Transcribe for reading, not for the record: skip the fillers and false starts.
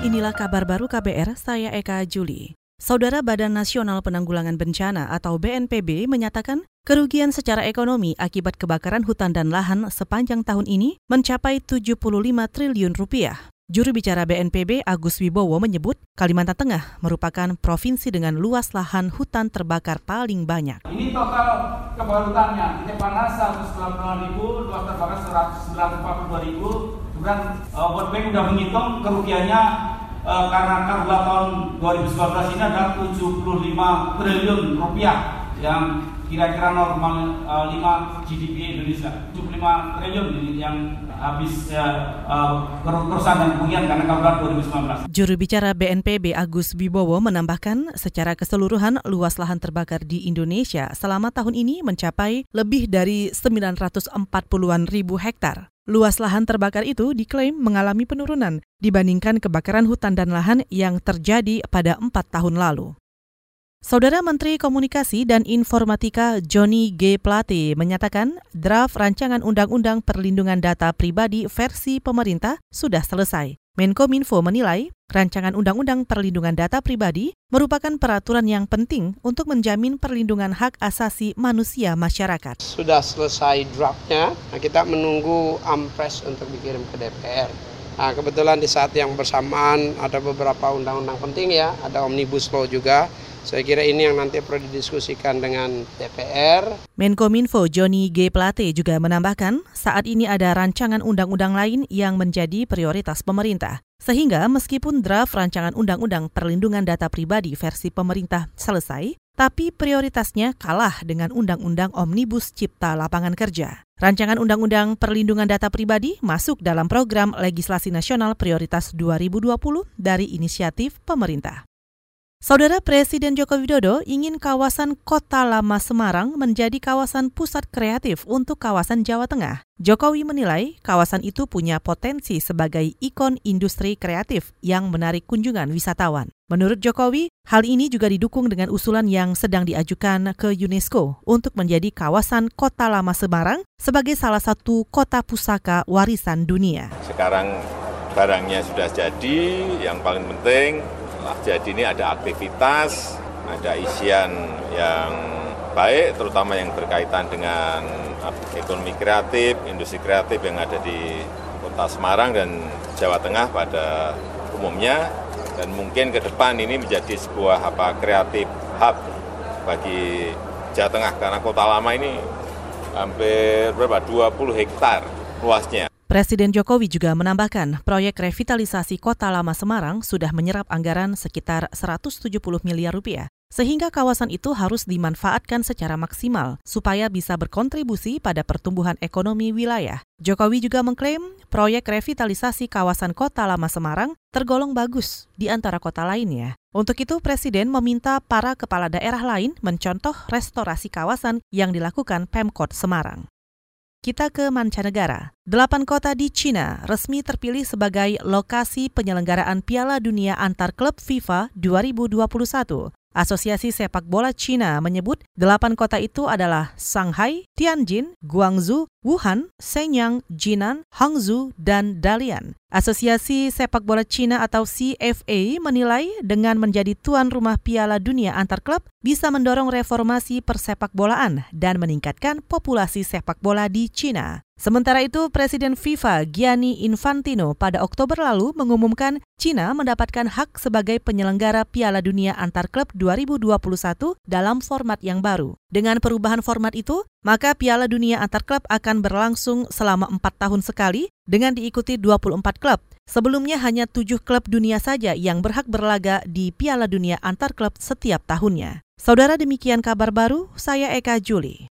Inilah kabar baru KBR, saya Eka Juli. Saudara Badan Nasional Penanggulangan Bencana atau BNPB menyatakan kerugian secara ekonomi akibat kebakaran hutan dan lahan sepanjang tahun ini mencapai 75 triliun rupiah. Juru bicara BNPB Agus Wibowo menyebut Kalimantan Tengah merupakan provinsi dengan luas lahan hutan terbakar paling banyak. Ini total kebakaran hutannya, titik panas 192.000, luas terbakar 142.000. Kemudian World Bank sudah menghitung kerugiannya karena karhutla tahun 2019 ini adalah 75 triliun rupiah yang kira-kira 0,5 GDP Indonesia. 75 triliun ini yang habis kerusakan dan kerugian karena karhutla 2019. Juru bicara BNPB Agus Wibowo menambahkan secara keseluruhan luas lahan terbakar di Indonesia selama tahun ini mencapai lebih dari 940-an ribu hektar. Luas lahan terbakar itu diklaim mengalami penurunan dibandingkan kebakaran hutan dan lahan yang terjadi pada 4 tahun lalu. Saudara Menteri Komunikasi dan Informatika Johnny G. Plate menyatakan draft rancangan Undang-Undang Perlindungan Data Pribadi versi pemerintah sudah selesai. Menkominfo menilai rancangan Undang-Undang Perlindungan Data Pribadi merupakan peraturan yang penting untuk menjamin perlindungan hak asasi manusia masyarakat. Sudah selesai draftnya, kita menunggu ampres untuk dikirim ke DPR. Nah, kebetulan di saat yang bersamaan ada beberapa undang-undang penting ya, ada Omnibus Law juga. Saya kira ini yang nanti perlu didiskusikan dengan DPR. Menkominfo Johnny G. Plate juga menambahkan saat ini ada rancangan undang-undang lain yang menjadi prioritas pemerintah. Sehingga meskipun draft rancangan Undang-Undang Perlindungan Data Pribadi versi pemerintah selesai, tapi prioritasnya kalah dengan Undang-Undang Omnibus Cipta Lapangan Kerja. Rancangan Undang-Undang Perlindungan Data Pribadi masuk dalam program legislasi nasional prioritas 2020 dari inisiatif pemerintah. Saudara Presiden Joko Widodo ingin kawasan Kota Lama Semarang menjadi kawasan pusat kreatif untuk kawasan Jawa Tengah. Jokowi menilai kawasan itu punya potensi sebagai ikon industri kreatif yang menarik kunjungan wisatawan. Menurut Jokowi, hal ini juga didukung dengan usulan yang sedang diajukan ke UNESCO untuk menjadi kawasan Kota Lama Semarang sebagai salah satu kota pusaka warisan dunia. Sekarang barangnya sudah jadi, yang paling penting jadi ini ada aktivitas, ada isian yang baik, terutama yang berkaitan dengan ekonomi kreatif, industri kreatif yang ada di Kota Semarang dan Jawa Tengah pada umumnya. Dan mungkin ke depan ini menjadi sebuah kreatif hub bagi Jawa Tengah, karena Kota Lama ini hampir 20 hektar luasnya. Presiden Jokowi juga menambahkan proyek revitalisasi Kota Lama Semarang sudah menyerap anggaran sekitar 170 miliar rupiah, sehingga kawasan itu harus dimanfaatkan secara maksimal supaya bisa berkontribusi pada pertumbuhan ekonomi wilayah. Jokowi juga mengklaim proyek revitalisasi kawasan Kota Lama Semarang tergolong bagus di antara kota lainnya. Untuk itu, Presiden meminta para kepala daerah lain mencontoh restorasi kawasan yang dilakukan Pemkot Semarang. Kita ke mancanegara. 8 kota di Cina resmi terpilih sebagai lokasi penyelenggaraan Piala Dunia Antar Klub FIFA 2021. Asosiasi Sepak Bola Cina menyebut 8 kota itu adalah Shanghai, Tianjin, Guangzhou, Wuhan, Shenyang, Jinan, Hangzhou, dan Dalian. Asosiasi Sepak Bola Cina atau CFA menilai dengan menjadi tuan rumah Piala Dunia Antar Klub bisa mendorong reformasi persepak bolaan dan meningkatkan populasi sepak bola di Cina. Sementara itu, Presiden FIFA Gianni Infantino pada Oktober lalu mengumumkan Cina mendapatkan hak sebagai penyelenggara Piala Dunia Antar Klub 2021 dalam format yang baru. Dengan perubahan format itu, maka Piala Dunia Antar Klub akan berlangsung selama 4 tahun sekali dengan diikuti 24 klub. Sebelumnya hanya 7 klub dunia saja yang berhak berlaga di Piala Dunia Antar Klub setiap tahunnya. Saudara, demikian kabar baru, saya Eka Juli.